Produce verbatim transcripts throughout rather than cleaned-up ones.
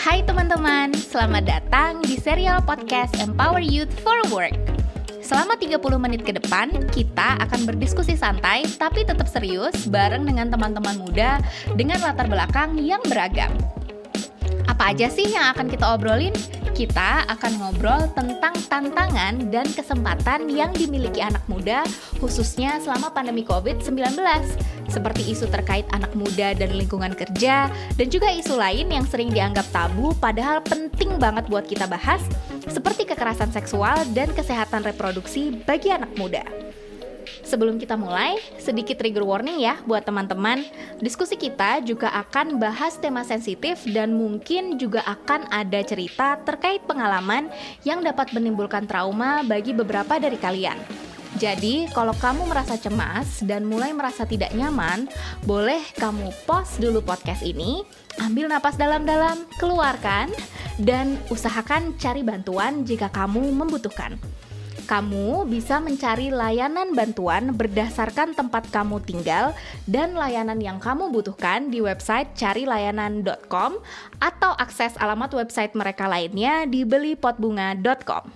Hai teman-teman, selamat datang di serial podcast Empower Youth for Work. Selama tiga puluh menit ke depan, kita akan berdiskusi santai tapi tetap serius bareng dengan teman-teman muda dengan latar belakang yang beragam. Apa aja sih yang akan kita obrolin? Kita akan ngobrol tentang tantangan dan kesempatan yang dimiliki anak muda, khususnya selama pandemi covid sembilan belas, seperti isu terkait anak muda dan lingkungan kerja, dan juga isu lain yang sering dianggap tabu padahal penting banget buat kita bahas, seperti kekerasan seksual dan kesehatan reproduksi bagi anak muda. Sebelum kita mulai, sedikit trigger warning ya buat teman-teman. Diskusi kita juga akan bahas tema sensitif dan mungkin juga akan ada cerita terkait pengalaman yang dapat menimbulkan trauma bagi beberapa dari kalian. Jadi, kalau kamu merasa cemas dan mulai merasa tidak nyaman, boleh kamu pause dulu podcast ini, ambil napas dalam-dalam, keluarkan, dan usahakan cari bantuan jika kamu membutuhkan. Kamu bisa mencari layanan bantuan berdasarkan tempat kamu tinggal dan layanan yang kamu butuhkan di website cari layanan dot com atau akses alamat website mereka lainnya di beli pot bunga dot com.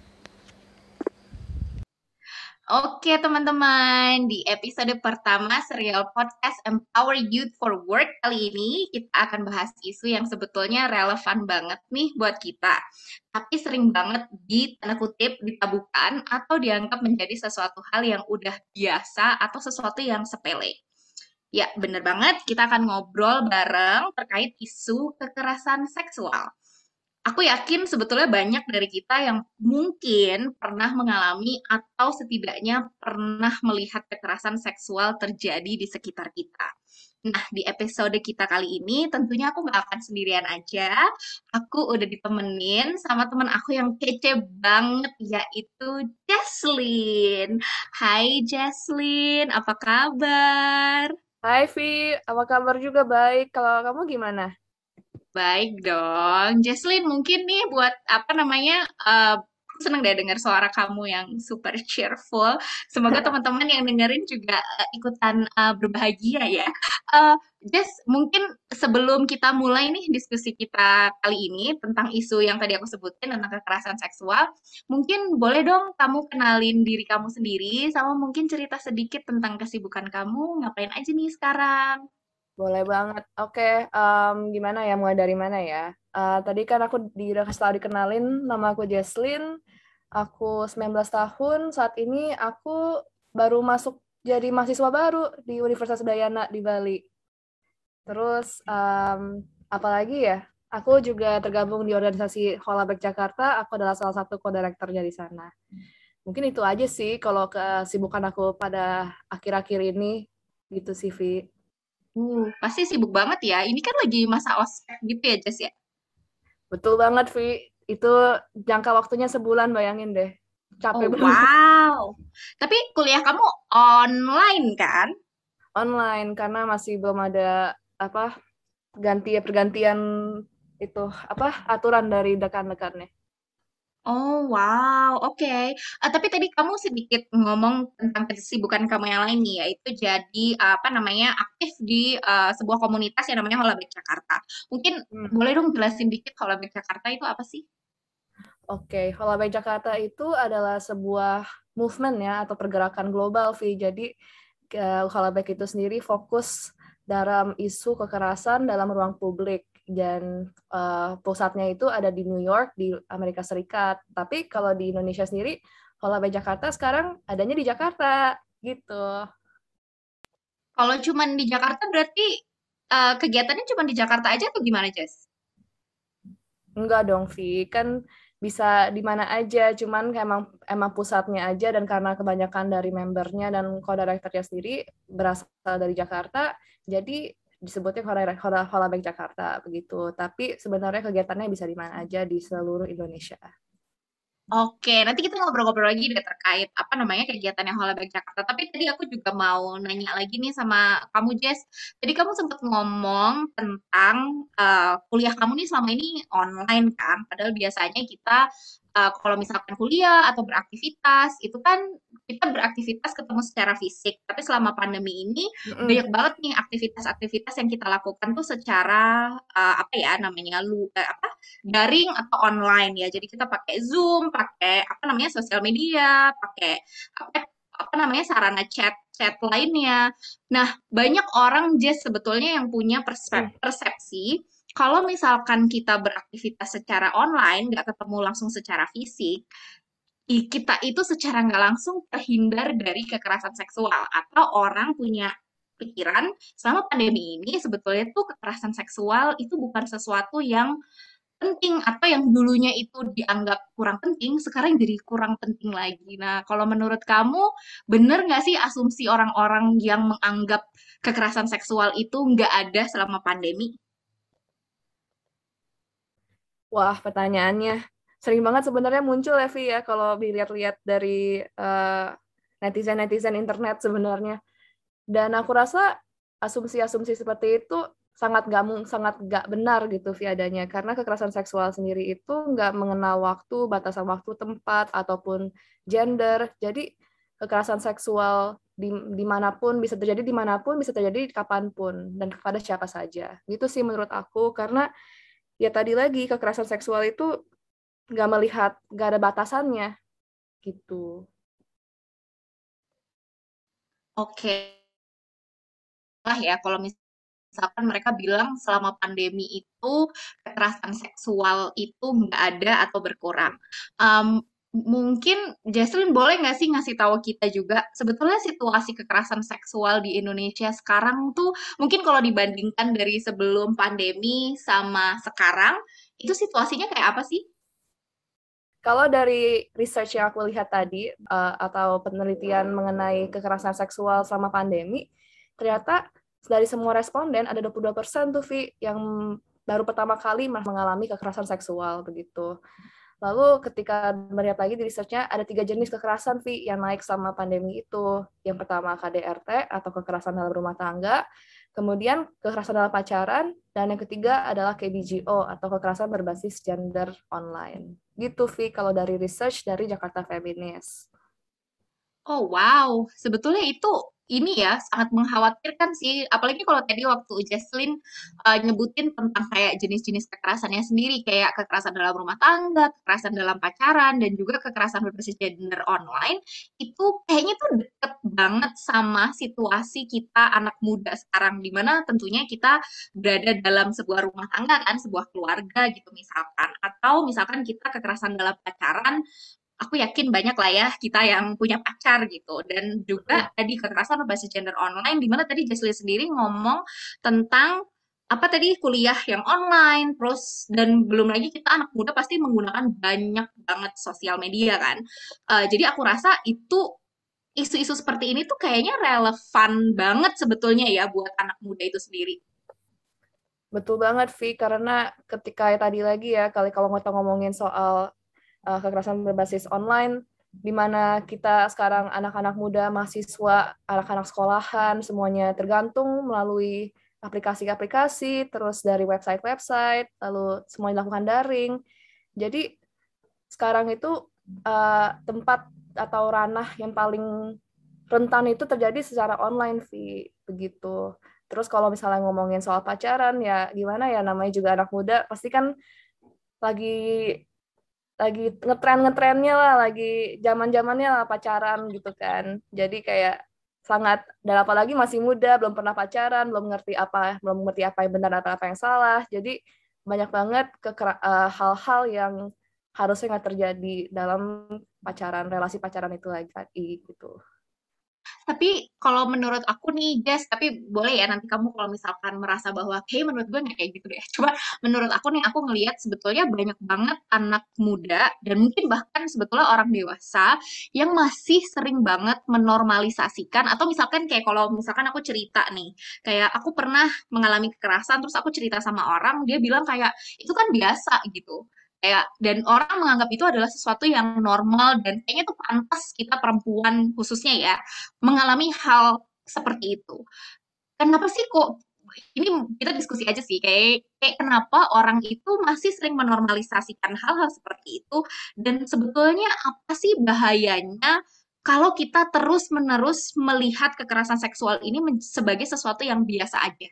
Oke teman-teman, di episode pertama serial podcast Empower Youth for Work kali ini kita akan bahas isu yang sebetulnya relevan banget nih buat kita, tapi sering banget di tanda kutip ditabukan atau dianggap menjadi sesuatu hal yang udah biasa atau sesuatu yang sepele. Ya bener banget, kita akan ngobrol bareng terkait isu kekerasan seksual. Aku yakin sebetulnya banyak dari kita yang mungkin pernah mengalami atau setidaknya pernah melihat kekerasan seksual terjadi di sekitar kita. Nah, di episode kita kali ini tentunya aku gak akan sendirian aja. Aku udah ditemenin sama teman aku yang kece banget, yaitu Jesslyn. Hai Jesslyn, apa kabar? Hai Vi, apa kabar juga baik. Kalau kamu gimana? Baik dong, Jesslyn mungkin nih buat apa namanya, uh, aku seneng deh dengar suara kamu yang super cheerful. Semoga teman-teman yang dengerin juga uh, ikutan uh, berbahagia ya. Uh, Jess, mungkin sebelum kita mulai nih diskusi kita kali ini tentang isu yang tadi aku sebutin tentang kekerasan seksual, mungkin boleh dong kamu kenalin diri kamu sendiri sama mungkin cerita sedikit tentang kesibukan kamu, ngapain aja nih sekarang? Boleh banget. Oke, em, gimana ya? Mulai dari mana ya? Eh, tadi kan aku di udah kasih tahu dikenalin, nama aku Jesslyn. Aku sembilan belas tahun. Saat ini aku baru masuk jadi mahasiswa baru di Universitas Udayana di Bali. Terus, em, apalagi ya? Aku juga tergabung di organisasi Holabek Jakarta. Aku adalah salah satu co-directornya di sana. Mungkin itu aja sih kalau kesibukan aku pada akhir-akhir ini gitu sih, Vi. Uh, pasti sibuk banget ya. Ini kan lagi masa ospek gitu ya, Jess ya? Betul banget, Vi. Itu jangka waktunya sebulan, bayangin deh. Capek Oh, banget. wow. Tapi kuliah kamu online kan? Online, karena masih belum ada apa ganti pergantian itu apa aturan dari dekan-dekannya. Oh, wow. Oke. Eh, tapi tadi kamu sedikit ngomong tentang kesibukan kamu yang lain nih, yaitu jadi apa namanya aktif di eh, sebuah komunitas yang namanya Holabek Jakarta. Mungkin Hmm. boleh dong jelasin dikit Holabek Jakarta itu apa sih? Oke, Holabay Jakarta itu adalah sebuah movement ya atau pergerakan global, Vi. Jadi ke- Holabek itu sendiri fokus dalam isu kekerasan dalam ruang publik dan eh, pusatnya itu ada di New York di Amerika Serikat. Tapi kalau di Indonesia sendiri, Holabay Jakarta sekarang adanya di Jakarta gitu. Kalau cuman di Jakarta berarti eh, kegiatannya cuma di Jakarta aja atau gimana, Jess? Enggak dong, Vi. Kan bisa di mana aja, cuman emang emang pusatnya aja dan karena kebanyakan dari membernya dan co-directornya sendiri berasal dari Jakarta, jadi disebutnya Hola Holabank Jakarta begitu. Tapi sebenarnya kegiatannya bisa di mana aja di seluruh Indonesia. Oke, nanti kita ngobrol-ngobrol lagi deh terkait apa namanya kegiatannya Holabek Jakarta. Tapi tadi aku juga mau nanya lagi nih sama kamu, Jess. Tadi kamu sempat ngomong tentang eh, kuliah kamu nih selama ini online kan? Padahal biasanya kita eh, kalau misalkan kuliah atau beraktivitas itu kan kita beraktivitas ketemu secara fisik, tapi selama pandemi ini Mm-mm. banyak banget nih aktivitas-aktivitas yang kita lakukan tuh secara uh, apa ya namanya lu eh, apa daring atau online ya. Jadi kita pakai Zoom, pakai apa namanya sosial media, pakai apa apa namanya sarana chat chat lainnya. Nah, banyak orang Jess sebetulnya yang punya persep- Mm. persepsi kalau misalkan kita beraktivitas secara online, nggak ketemu langsung secara fisik, i- kita itu secara nggak langsung terhindar dari kekerasan seksual atau orang punya pikiran selama pandemi ini sebetulnya tuh kekerasan seksual itu bukan sesuatu yang penting atau yang dulunya itu dianggap kurang penting sekarang jadi kurang penting lagi. Nah, kalau menurut kamu bener nggak sih asumsi orang-orang yang menganggap kekerasan seksual itu nggak ada selama pandemi? Wah, pertanyaannya sering banget sebenarnya muncul ya, Vi, ya, kalau dilihat-lihat dari eh, netizen-netizen internet sebenarnya. Dan aku rasa asumsi-asumsi seperti itu sangat gak, mung- sangat gak benar gitu, Vi, adanya. Karena kekerasan seksual sendiri itu nggak mengenal waktu, batasan waktu, tempat, ataupun gender. Jadi kekerasan seksual di, dimanapun, bisa terjadi dimanapun, bisa terjadi kapanpun, dan kepada siapa saja. Gitu sih menurut aku, karena ya tadi lagi kekerasan seksual itu nggak melihat nggak ada batasannya gitu. Oke lah ya kalau misalkan mereka bilang selama pandemi itu kekerasan seksual itu nggak ada atau berkurang. Um, Mungkin Jesslyn boleh nggak sih ngasih tahu kita juga sebetulnya situasi kekerasan seksual di Indonesia sekarang tuh mungkin kalau dibandingkan dari sebelum pandemi sama sekarang itu situasinya kayak apa sih? Kalau dari research yang aku lihat tadi uh, atau penelitian mengenai kekerasan seksual selama pandemi, ternyata dari semua responden ada dua puluh dua persen tuh Vi yang baru pertama kali mengalami kekerasan seksual begitu. Lalu ketika melihat lagi di research-nya ada tiga jenis kekerasan Vi yang naik sama pandemi itu. Yang pertama K D R T atau kekerasan dalam rumah tangga, kemudian kekerasan dalam pacaran, dan yang ketiga adalah K B G O atau kekerasan berbasis gender online. Gitu Vi kalau dari research dari Jakarta Feminis. Oh wow, sebetulnya itu ini ya sangat mengkhawatirkan sih. Apalagi kalau tadi waktu Jesslyn uh, nyebutin tentang kayak jenis-jenis kekerasannya sendiri, kayak kekerasan dalam rumah tangga, kekerasan dalam pacaran, dan juga kekerasan berbasis gender online, itu kayaknya tuh deket banget sama situasi kita anak muda sekarang, di mana tentunya kita berada dalam sebuah rumah tangga kan, sebuah keluarga gitu misalkan, atau misalkan kita kekerasan dalam pacaran aku yakin banyak lah ya kita yang punya pacar gitu dan juga tadi kekerasan berbasis gender online di mana tadi Jesslyn sendiri ngomong tentang apa tadi kuliah yang online terus dan belum lagi kita anak muda pasti menggunakan banyak banget sosial media kan. Eh, jadi aku rasa itu isu-isu seperti ini tuh kayaknya relevan banget sebetulnya ya buat anak muda itu sendiri. Betul banget Vi, karena ketika tadi lagi ya, kali kalau mau ngomongin soal uh, kekerasan berbasis online, di mana kita sekarang anak-anak muda, mahasiswa, anak-anak sekolahan, semuanya tergantung melalui aplikasi-aplikasi, terus dari website-website, lalu semuanya dilakukan daring. Jadi sekarang itu uh, tempat atau ranah yang paling rentan itu terjadi secara online, Vi, begitu. Terus kalau misalnya ngomongin soal pacaran, ya gimana ya, namanya juga anak muda, pasti kan lagi lagi ngetren ngetrennya lah, lagi zaman zamannya lah pacaran gitu kan. Jadi kayak sangat, dan apalagi masih muda, belum pernah pacaran, belum ngerti apa, belum ngerti apa yang benar apa apa yang salah. Jadi banyak banget kekera- eh, hal-hal yang harusnya nggak terjadi dalam pacaran, relasi pacaran itu lagi gitu. Tapi kalau menurut aku nih, Jess, tapi boleh ya nanti kamu kalau misalkan merasa bahwa kayak menurut gue nggak kayak gitu deh. Coba menurut aku nih, aku ngelihat sebetulnya banyak banget anak muda dan mungkin bahkan sebetulnya orang dewasa yang masih sering banget menormalisasikan atau misalkan kayak kalau misalkan aku cerita nih, kayak aku pernah mengalami kekerasan, terus aku cerita sama orang, dia bilang kayak itu kan biasa gitu kayak dan orang menganggap itu adalah sesuatu yang normal dan kayaknya tuh pantas kita perempuan khususnya ya mengalami hal seperti itu. Kenapa sih kok ini kita diskusi aja sih kayak kayak kenapa orang itu masih sering menormalisasikan hal-hal seperti itu dan sebetulnya apa sih bahayanya kalau kita terus-menerus melihat kekerasan seksual ini men- sebagai sesuatu yang biasa aja?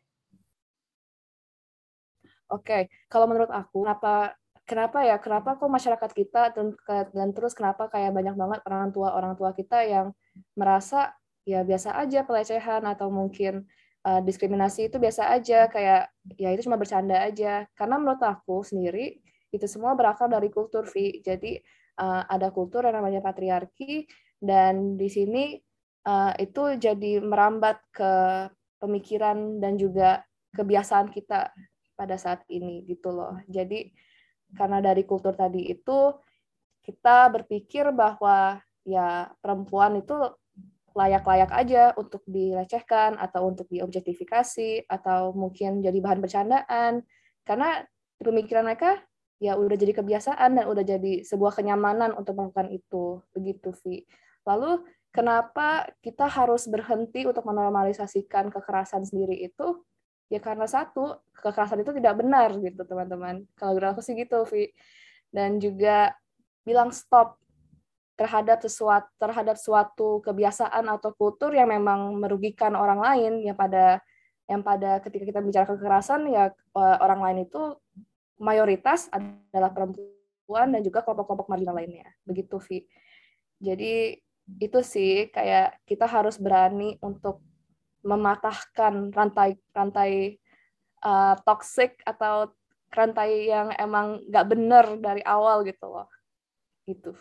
Oke, kalau menurut aku, kenapa kenapa ya? Kenapa kok masyarakat kita dan dan terus kenapa kayak banyak banget orang tua orang tua kita yang merasa ya biasa aja pelecehan atau mungkin uh, diskriminasi itu biasa aja, kayak ya itu cuma bercanda aja. Karena menurut aku sendiri itu semua berakar dari kultur, Vi. Jadi uh, ada kultur yang namanya patriarki dan di sini uh, itu jadi merambat ke pemikiran dan juga kebiasaan kita pada saat ini gitu loh. Jadi karena dari kultur tadi itu kita berpikir bahwa ya perempuan itu layak-layak aja untuk dilecehkan atau untuk diobjektifikasi atau mungkin jadi bahan bercandaan karena di pemikiran mereka ya udah jadi kebiasaan dan udah jadi sebuah kenyamanan untuk melakukan itu begitu Vi. Lalu kenapa kita harus berhenti untuk menormalisasikan kekerasan sendiri itu? Ya karena satu, kekerasan itu tidak benar gitu teman-teman. Kalau menurut aku sih gitu, Vi. Dan juga bilang stop terhadap sesuatu terhadap suatu kebiasaan atau kultur yang memang merugikan orang lain yang pada yang pada ketika kita bicara kekerasan ya orang lain itu mayoritas adalah perempuan dan juga kelompok-kelompok marginal lainnya. Begitu, Vi. Jadi itu sih kayak kita harus berani untuk mematahkan rantai rantai uh, toxic atau rantai yang emang nggak bener dari awal gitu loh. Gitu.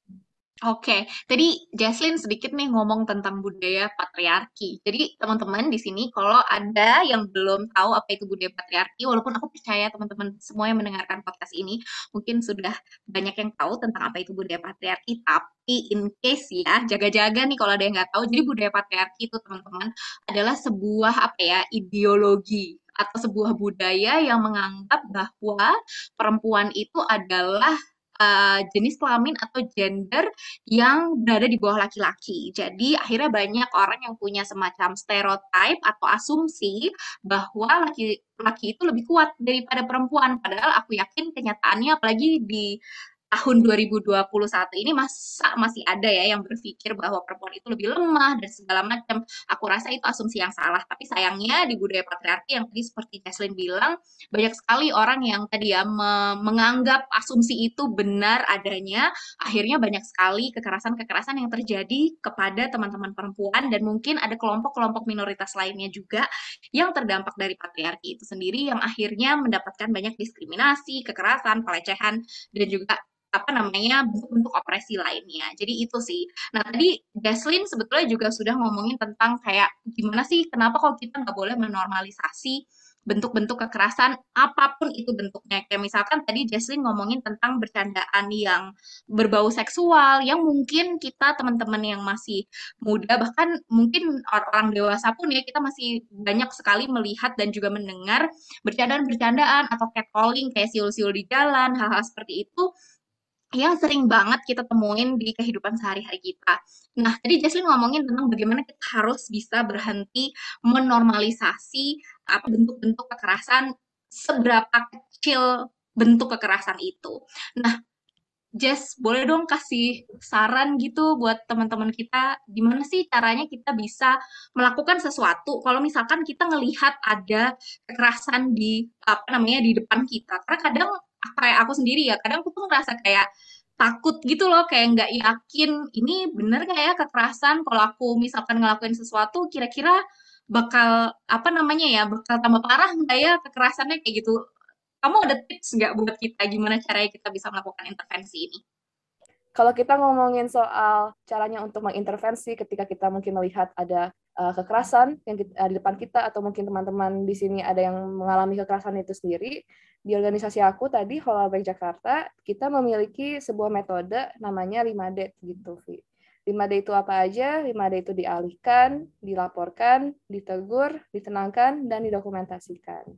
Oke, tadi Jaslyn sedikit nih ngomong tentang budaya patriarki. Jadi teman-teman di sini kalau ada yang belum tahu apa itu budaya patriarki, walaupun aku percaya teman-teman semua yang mendengarkan podcast ini mungkin sudah banyak yang tahu tentang apa itu budaya patriarki, tapi in case ya, jaga-jaga nih kalau ada yang nggak tahu. Jadi budaya patriarki itu teman-teman adalah sebuah apa ya, ideologi atau sebuah budaya yang menganggap bahwa perempuan itu adalah uh, jenis kelamin atau gender yang berada di bawah laki-laki. Jadi akhirnya banyak orang yang punya semacam stereotype atau asumsi bahwa laki-laki itu lebih kuat daripada perempuan. Padahal aku yakin kenyataannya apalagi di tahun dua ribu dua puluh satu ini masa masih ada ya yang berpikir bahwa perempuan itu lebih lemah dan segala macam. Aku rasa itu asumsi yang salah. Tapi sayangnya di budaya patriarki yang tadi seperti Jaslyn bilang, banyak sekali orang yang tadi ya me- menganggap asumsi itu benar adanya, akhirnya banyak sekali kekerasan-kekerasan yang terjadi kepada teman-teman perempuan dan mungkin ada kelompok-kelompok minoritas lainnya juga yang terdampak dari patriarki itu sendiri yang akhirnya mendapatkan banyak diskriminasi, kekerasan, pelecehan dan juga apa namanya bentuk-bentuk opresi lainnya. Jadi itu sih. Nah tadi Jaslyn sebetulnya juga sudah ngomongin tentang kayak gimana sih kenapa kalau kita nggak boleh menormalisasi bentuk-bentuk kekerasan apapun itu bentuknya. Kayak misalkan tadi Jaslyn ngomongin tentang bercandaan yang berbau seksual yang mungkin kita teman-teman yang masih muda bahkan mungkin orang dewasa pun ya kita masih banyak sekali melihat dan juga mendengar bercandaan-bercandaan atau catcalling kayak siul-siul di jalan, hal-hal seperti itu yang sering banget kita temuin di kehidupan sehari-hari kita. Nah, tadi Jaslyn ngomongin tentang bagaimana kita harus bisa berhenti menormalisasi apa bentuk-bentuk kekerasan seberapa kecil bentuk kekerasan itu. Nah, Jess, boleh dong kasih saran gitu buat teman-teman kita, gimana sih caranya kita bisa melakukan sesuatu kalau misalkan kita ngelihat ada kekerasan di apa namanya di depan kita. Karena kadang kayak aku sendiri ya, kadang aku tuh ngerasa kayak takut gitu loh, kayak nggak yakin ini bener nggak ya kekerasan. Kalau aku misalkan ngelakuin sesuatu, kira-kira bakal apa namanya ya, bakal tambah parah nggak ya kekerasannya kayak gitu. Kamu ada tips nggak buat kita gimana caranya kita bisa melakukan intervensi ini? Kalau kita ngomongin soal caranya untuk mengintervensi ketika kita mungkin melihat ada uh, kekerasan yang kita, uh, di depan kita atau mungkin teman-teman di sini ada yang mengalami kekerasan itu sendiri, di organisasi aku tadi Holabaik Jakarta kita memiliki sebuah metode namanya lima D gitu, Vi. lima D itu apa aja? lima D itu dialihkan, dilaporkan, ditegur, ditenangkan, dan didokumentasikan.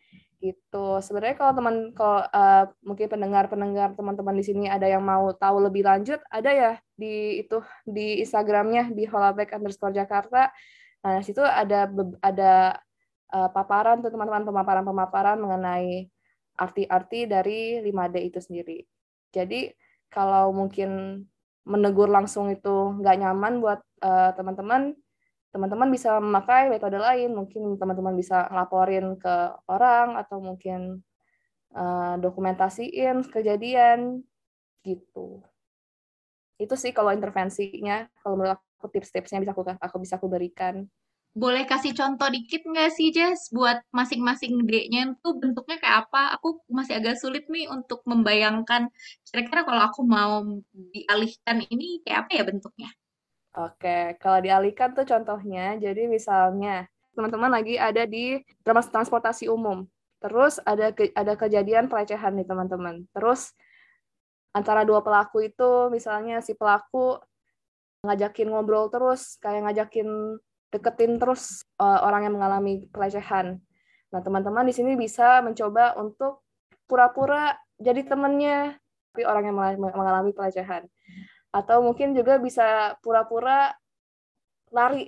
Gitu. Sebenarnya kalau teman kalau uh, mungkin pendengar-pendengar teman-teman di sini ada yang mau tahu lebih lanjut, ada ya di itu di Instagramnya di holabaik underscore Jakarta. Nah, situ ada ada uh, paparan tuh teman-teman pemaparan-pemaparan mengenai arti-arti dari lima D itu sendiri. Jadi kalau mungkin menegur langsung itu nggak nyaman buat uh, teman-teman, teman-teman bisa memakai metode lain. Mungkin teman-teman bisa laporin ke orang atau mungkin uh, dokumentasiin kejadian gitu. Itu sih kalau intervensinya, kalau menurut aku tips-tipsnya bisa aku aku bisa aku berikan. Boleh kasih contoh dikit nggak sih, Jess, buat masing-masing D-nya itu bentuknya kayak apa? Aku masih agak sulit nih untuk membayangkan kira-kira kalau aku mau dialihkan ini kayak apa ya bentuknya? Oke, kalau dialihkan tuh contohnya, jadi misalnya teman-teman lagi ada di trans- transportasi umum, terus ada ke- ada kejadian pelecehan nih teman-teman. Terus antara dua pelaku itu, misalnya si pelaku ngajakin ngobrol terus, kayak ngajakin deketin terus uh, orang yang mengalami pelecehan. Nah, teman-teman di sini bisa mencoba untuk pura-pura jadi temannya tapi orang yang mengalami pelecehan. Atau mungkin juga bisa pura-pura lari,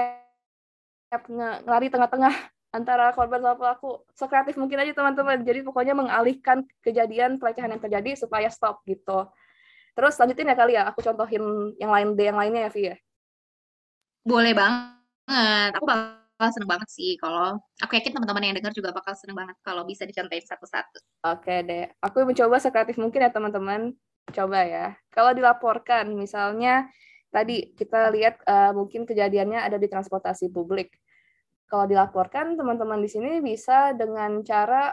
lari tengah-tengah antara korban sama pelaku. Sekreatif mungkin aja teman-teman. Jadi pokoknya mengalihkan kejadian pelecehan yang terjadi supaya stop gitu. Terus lanjutin ya kali ya, aku contohin yang lain deh, yang lainnya ya, Vi ya. Boleh banget. Aku bakal seneng banget sih kalau aku yakin teman-teman yang dengar juga bakal seneng banget kalau bisa dicontohin satu-satu. Oke deh, aku mencoba sekreatif mungkin ya teman-teman. Coba ya. Kalau dilaporkan, misalnya tadi kita lihat uh, mungkin kejadiannya ada di transportasi publik. Kalau dilaporkan, teman-teman di sini bisa dengan cara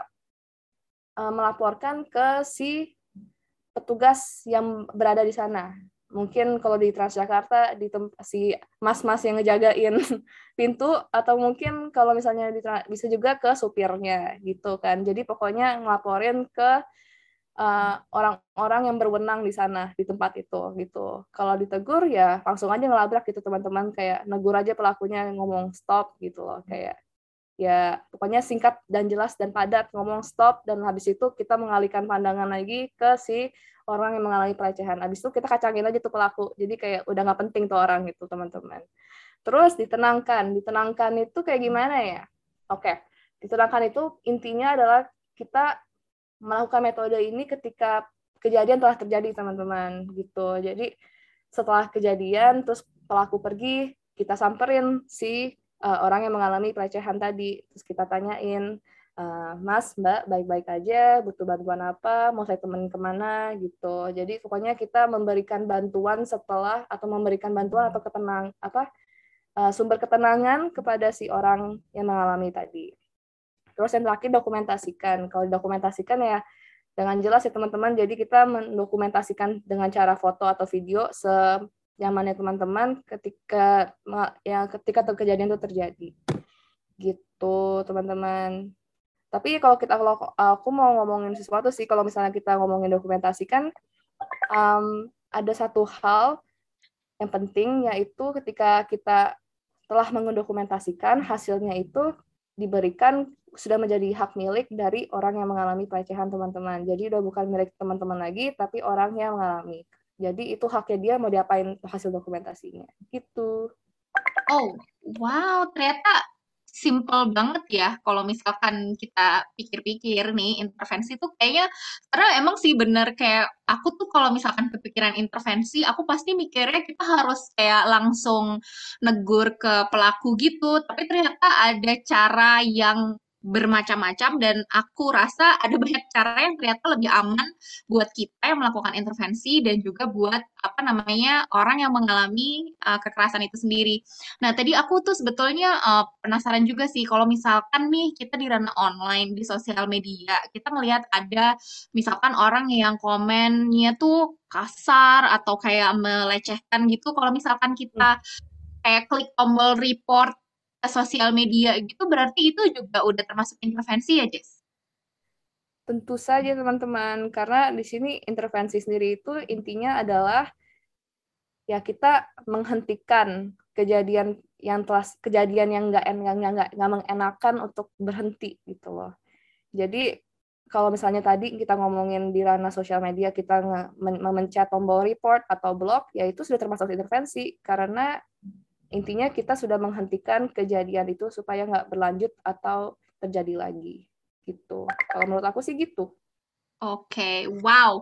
uh, melaporkan ke si petugas yang berada di sana. Mungkin kalau di Transjakarta, di si mas-mas yang ngejagain pintu, atau mungkin kalau misalnya di, bisa juga ke supirnya gitu kan. Jadi pokoknya ngelaporin ke uh, orang-orang yang berwenang di sana, di tempat itu gitu. Kalau ditegur ya langsung aja ngelabrak gitu teman-teman, kayak negur aja pelakunya, ngomong stop gitu loh, kayak ya pokoknya singkat dan jelas dan padat, ngomong stop, dan habis itu kita mengalihkan pandangan lagi ke si orang yang mengalami pelecehan. Habis itu kita kacangin aja tuh pelaku, jadi kayak udah nggak penting tuh orang gitu teman-teman. Terus ditenangkan, ditenangkan itu kayak gimana ya? Oke, ditenangkan itu intinya adalah kita melakukan metode ini ketika kejadian telah terjadi teman-teman gitu. Jadi setelah kejadian terus pelaku pergi, kita samperin si uh, orang yang mengalami pelecehan tadi, terus kita tanyain, uh, Mas, Mbak, baik-baik aja, butuh bantuan apa, mau saya temenin kemana gitu. Jadi pokoknya kita memberikan bantuan setelah atau memberikan bantuan atau ketenang apa uh, sumber ketenangan kepada si orang yang mengalami tadi. Terus yang terakhir dokumentasikan. Kalau dokumentasikan ya dengan jelas ya teman-teman. Jadi kita mendokumentasikan dengan cara foto atau video senyamannya teman-teman ketika ya ketika kejadian itu terjadi. Gitu teman-teman. Tapi kalau kita kalau aku mau ngomongin sesuatu sih, kalau misalnya kita ngomongin dokumentasikan, um, ada satu hal yang penting, yaitu ketika kita telah mendokumentasikan hasilnya itu diberikan sudah menjadi hak milik dari orang yang mengalami pelecehan teman-teman. Jadi udah bukan milik teman-teman lagi, tapi orang yang mengalami. Jadi itu haknya dia mau diapain hasil dokumentasinya. Gitu. Oh, wow, ternyata simple banget ya kalau misalkan kita pikir-pikir nih intervensi tuh kayaknya karena emang sih bener kayak aku tuh kalau misalkan kepikiran intervensi aku pasti mikirnya kita harus kayak langsung negur ke pelaku gitu tapi ternyata ada cara yang bermacam-macam dan aku rasa ada banyak cara yang ternyata lebih aman buat kita yang melakukan intervensi dan juga buat apa namanya orang yang mengalami uh, kekerasan itu sendiri. Nah, tadi aku tuh sebetulnya uh, penasaran juga sih, kalau misalkan nih kita di ranah online, di sosial media, kita ngelihat ada misalkan orang yang komennya tuh kasar atau kayak melecehkan gitu, kalau misalkan kita kayak klik tombol report ke sosial media gitu, berarti itu juga udah termasuk intervensi ya, Jess? Tentu saja teman-teman, karena di sini intervensi sendiri itu intinya adalah ya kita menghentikan kejadian yang telah kejadian yang nggak yang nggak nggak mengenakan untuk berhenti gitu loh. Jadi kalau misalnya tadi kita ngomongin di ranah sosial media kita memencet tombol report atau blog, ya itu sudah termasuk intervensi karena intinya kita sudah menghentikan kejadian itu supaya nggak berlanjut atau terjadi lagi gitu. Kalau menurut aku sih gitu. Oke, wow.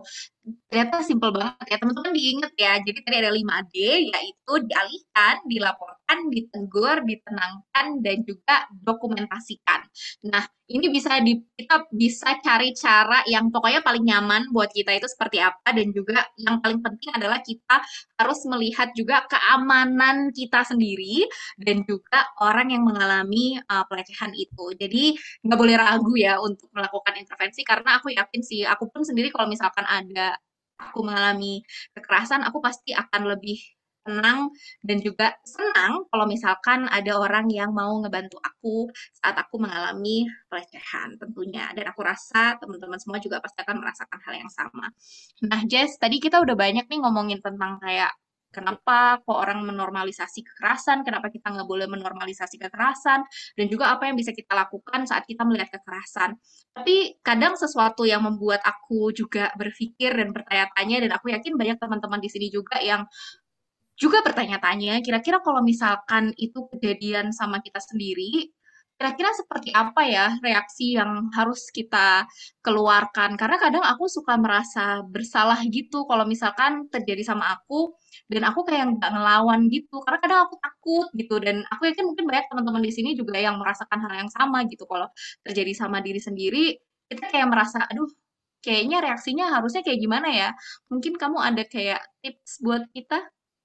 ternyata simpel banget ya teman-teman, diingat ya. Jadi tadi ada lima D, yaitu dialihkan, dilaporkan, ditegur, ditenangkan, dan juga dokumentasikan. Nah, ini bisa di, kita bisa cari cara yang pokoknya paling nyaman buat kita itu seperti apa, dan juga yang paling penting adalah kita harus melihat juga keamanan kita sendiri dan juga orang yang mengalami uh, pelecehan itu. Jadi nggak boleh ragu ya untuk melakukan intervensi, karena aku yakin sih, aku pun sendiri kalau misalkan ada aku mengalami kekerasan, aku pasti akan lebih tenang dan juga senang kalau misalkan ada orang yang mau ngebantu aku saat aku mengalami pelecehan tentunya. Dan aku rasa teman-teman semua juga pasti akan merasakan hal yang sama. Nah, Jess, tadi kita udah banyak nih ngomongin tentang kayak kenapa kok orang menormalisasi kekerasan, kenapa kita nggak boleh menormalisasi kekerasan, dan juga apa yang bisa kita lakukan saat kita melihat kekerasan. Tapi kadang sesuatu yang membuat aku juga berpikir dan bertanya-tanya, dan aku yakin banyak teman-teman di sini juga yang juga bertanya-tanya, kira-kira kalau misalkan itu kejadian sama kita sendiri, kira-kira seperti apa ya reaksi yang harus kita keluarkan? Karena kadang aku suka merasa bersalah gitu kalau misalkan terjadi sama aku, dan aku kayak nggak ngelawan gitu. Karena kadang aku takut gitu, dan aku yakin mungkin banyak teman-teman di sini juga yang merasakan hal yang sama gitu. Kalau terjadi sama diri sendiri, kita kayak merasa, aduh, kayaknya reaksinya harusnya kayak gimana ya? Mungkin kamu ada kayak tips buat kita?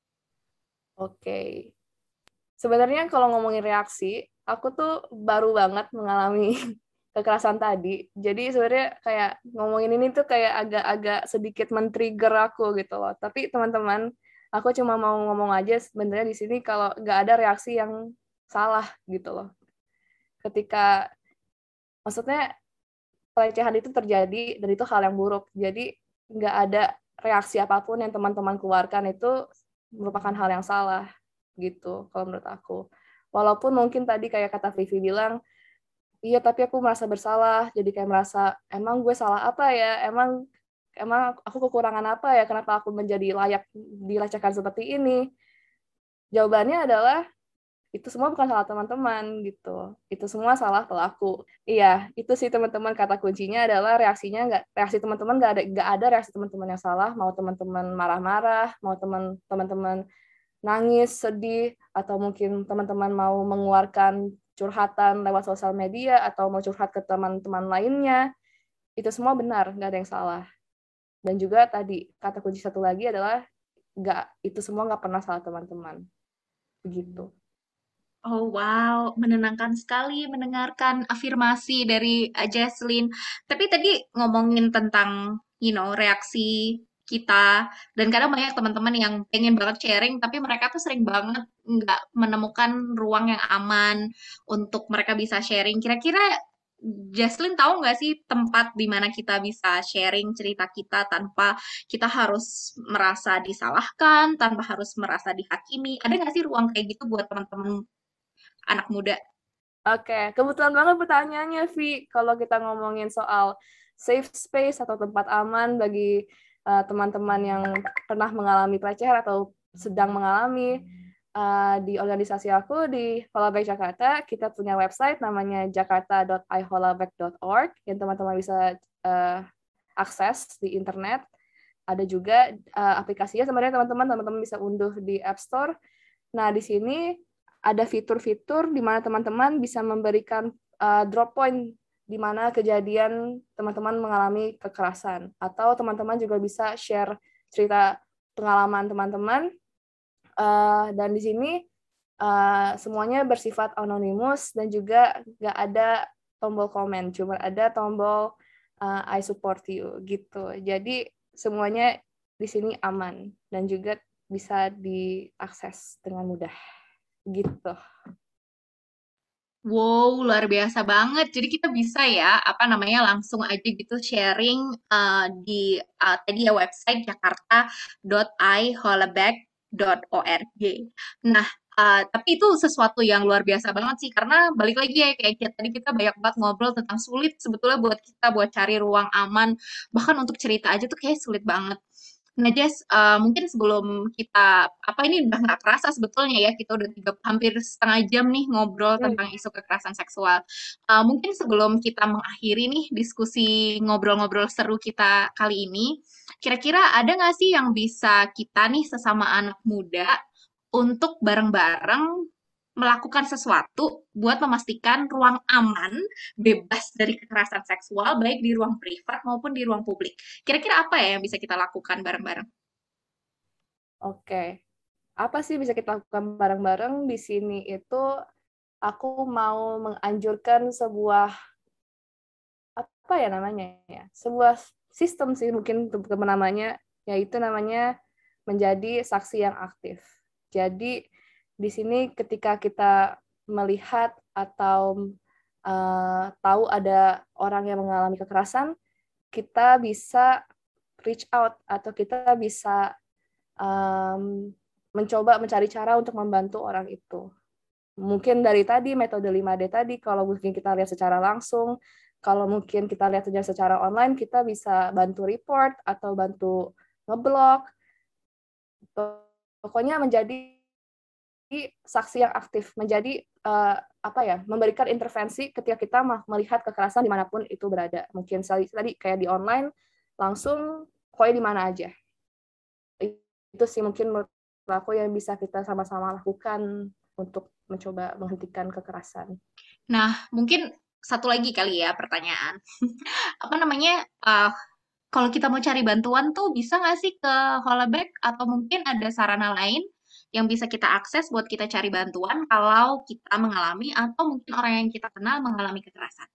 Oke. Sebenarnya kalau ngomongin reaksi, aku tuh baru banget mengalami kekerasan tadi. Jadi sebenarnya kayak ngomongin ini tuh kayak agak-agak sedikit men-trigger aku gitu loh. Tapi teman-teman, aku cuma mau ngomong aja sebenarnya di sini kalau nggak ada reaksi yang salah gitu loh. Ketika, maksudnya pelecehan itu terjadi dan itu hal yang buruk. Jadi nggak ada reaksi apapun yang teman-teman keluarkan itu merupakan hal yang salah gitu kalau menurut aku. Walaupun mungkin tadi kayak kata Vivi bilang, iya tapi aku merasa bersalah, jadi kayak merasa emang gue salah apa ya, emang emang aku kekurangan apa ya, kenapa aku menjadi layak dilecehkan seperti ini. Jawabannya adalah itu semua bukan salah teman-teman gitu. Itu semua salah pelaku. Iya, itu sih teman-teman, kata kuncinya adalah reaksinya nggak, reaksi teman-teman nggak ada nggak ada reaksi teman-teman yang salah. Mau teman-teman marah-marah, mau teman teman-teman nangis, sedih, atau mungkin teman-teman mau mengeluarkan curhatan lewat sosial media atau mau curhat ke teman-teman lainnya, itu semua benar, nggak ada yang salah. Dan juga tadi kata kunci satu lagi adalah nggak, itu semua nggak pernah salah teman-teman. Begitu. Oh wow, menenangkan sekali mendengarkan afirmasi dari uh, Jesslyn. Tapi tadi ngomongin tentang, you know, reaksi kita, dan kadang banyak teman-teman yang pengen banget sharing, tapi mereka tuh sering banget nggak menemukan ruang yang aman untuk mereka bisa sharing. Kira-kira Jesslyn tahu nggak sih tempat di mana kita bisa sharing cerita kita tanpa kita harus merasa disalahkan, tanpa harus merasa dihakimi? Ada nggak sih ruang kayak gitu buat teman-teman anak muda? Oke, kebetulan banget pertanyaannya, Vi. Kalau kita ngomongin soal safe space atau tempat aman bagi uh, teman-teman yang pernah mengalami pelecehan atau sedang mengalami, uh, di organisasi aku di Holaback Jakarta, kita punya website namanya jakarta dot i holaback dot org yang teman-teman bisa uh, akses di internet. Ada juga uh, aplikasinya sebenarnya teman-teman, teman-teman bisa unduh di App Store. Nah, di sini ada fitur-fitur di mana teman-teman bisa memberikan uh, drop point di mana kejadian teman-teman mengalami kekerasan, atau teman-teman juga bisa share cerita pengalaman teman-teman, uh, dan di sini uh, semuanya bersifat anonimus dan juga nggak ada tombol komen, cuma ada tombol uh, I support you gitu. Jadi semuanya di sini aman dan juga bisa diakses dengan mudah. Gitu. Wow, luar biasa banget. Jadi kita bisa ya, apa namanya, langsung aja gitu sharing uh, di uh, tadi ya website jakarta dot i holaback dot org. Nah, uh, tapi itu sesuatu yang luar biasa banget sih, karena balik lagi ya, kayak kita, tadi kita banyak banget ngobrol tentang sulit sebetulnya buat kita buat cari ruang aman, bahkan untuk cerita aja tuh kayak sulit banget. Nah, Jess, uh, mungkin sebelum kita, apa ini udah nggak kerasa sebetulnya ya, kita udah tiga, hampir setengah jam nih ngobrol Hmm. tentang isu kekerasan seksual. Uh, mungkin sebelum kita mengakhiri nih diskusi ngobrol-ngobrol seru kita kali ini, kira-kira ada nggak sih yang bisa kita nih sesama anak muda untuk bareng-bareng melakukan sesuatu buat memastikan ruang aman, bebas dari kekerasan seksual, baik di ruang privat maupun di ruang publik. Kira-kira apa ya yang bisa kita lakukan bareng-bareng? Oke, apa sih bisa kita lakukan bareng-bareng di sini itu aku mau menganjurkan sebuah apa ya namanya ya sebuah sistem sih mungkin untuk namanya yaitu namanya menjadi saksi yang aktif. Jadi di sini ketika kita melihat atau uh, tahu ada orang yang mengalami kekerasan, kita bisa reach out atau kita bisa um, mencoba mencari cara untuk membantu orang itu. Mungkin dari tadi metode lima D tadi, kalau mungkin kita lihat secara langsung, kalau mungkin kita lihat secara online, kita bisa bantu report atau bantu ngeblok. Pokoknya menjadi saksi yang aktif, menjadi uh, apa ya, memberikan intervensi ketika kita melihat kekerasan dimanapun itu berada. Mungkin tadi kayak di online, langsung pokoknya di mana aja. Itu sih mungkin menurut aku yang bisa kita sama-sama lakukan untuk mencoba menghentikan kekerasan. Nah, mungkin satu lagi kali ya pertanyaan. Apa namanya, uh, kalau kita mau cari bantuan tuh bisa nggak sih ke Hollaback atau mungkin ada sarana lain yang bisa kita akses buat kita cari bantuan kalau kita mengalami atau mungkin orang yang kita kenal mengalami kekerasan?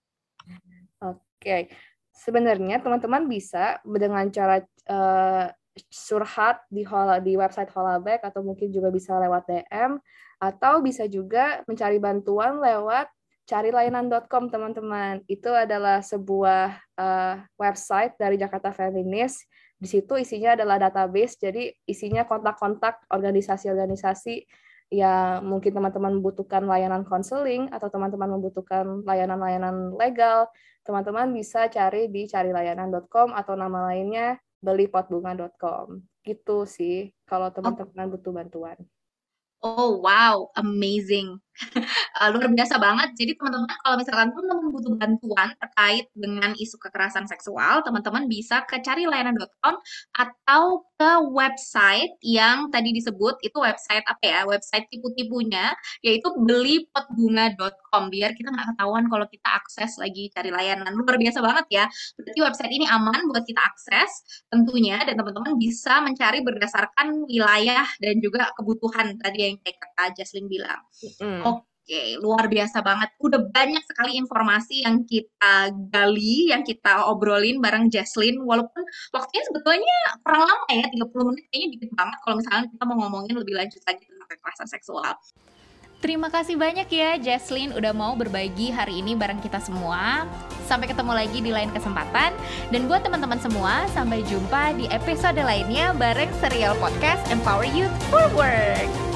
Oke, sebenarnya teman-teman bisa dengan cara uh, surhat di Hola, di website Hollaback atau mungkin juga bisa lewat D M atau bisa juga mencari bantuan lewat cari layanan dot com teman-teman. Itu adalah sebuah uh, website dari Jakarta Feminis. Di situ isinya adalah database, jadi isinya kontak-kontak organisasi-organisasi yang mungkin teman-teman membutuhkan layanan konseling atau teman-teman membutuhkan layanan-layanan legal, teman-teman bisa cari di cari layanan dot com atau nama lainnya beli pot bunga dot com. Gitu sih kalau teman-teman butuh bantuan. Oh wow, amazing. Uh, luar biasa banget. Jadi teman-teman kalau misalkan teman-teman butuh bantuan terkait dengan isu kekerasan seksual, teman-teman bisa ke cari layanan dot com atau ke website yang tadi disebut, itu website apa ya, website tipu-tipunya, yaitu beli pot bunga dot com, biar kita nggak ketahuan kalau kita akses lagi cari layanan. Luar biasa banget ya. Berarti website ini aman buat kita akses tentunya, dan teman-teman bisa mencari berdasarkan wilayah dan juga kebutuhan tadi yang kayak kata Jaslyn bilang. Mm. Oke, luar biasa banget. Udah banyak sekali informasi yang kita gali, yang kita obrolin bareng Jaslyn. Walaupun waktunya sebetulnya kurang lama ya, tiga puluh menit kayaknya dikit banget kalau misalnya kita mau ngomongin lebih lanjut lagi tentang kekerasan seksual. Terima kasih banyak ya Jaslyn udah mau berbagi hari ini bareng kita semua. Sampai ketemu lagi di lain kesempatan. Dan buat teman-teman semua, sampai jumpa di episode lainnya bareng serial podcast Empower Youth for Work.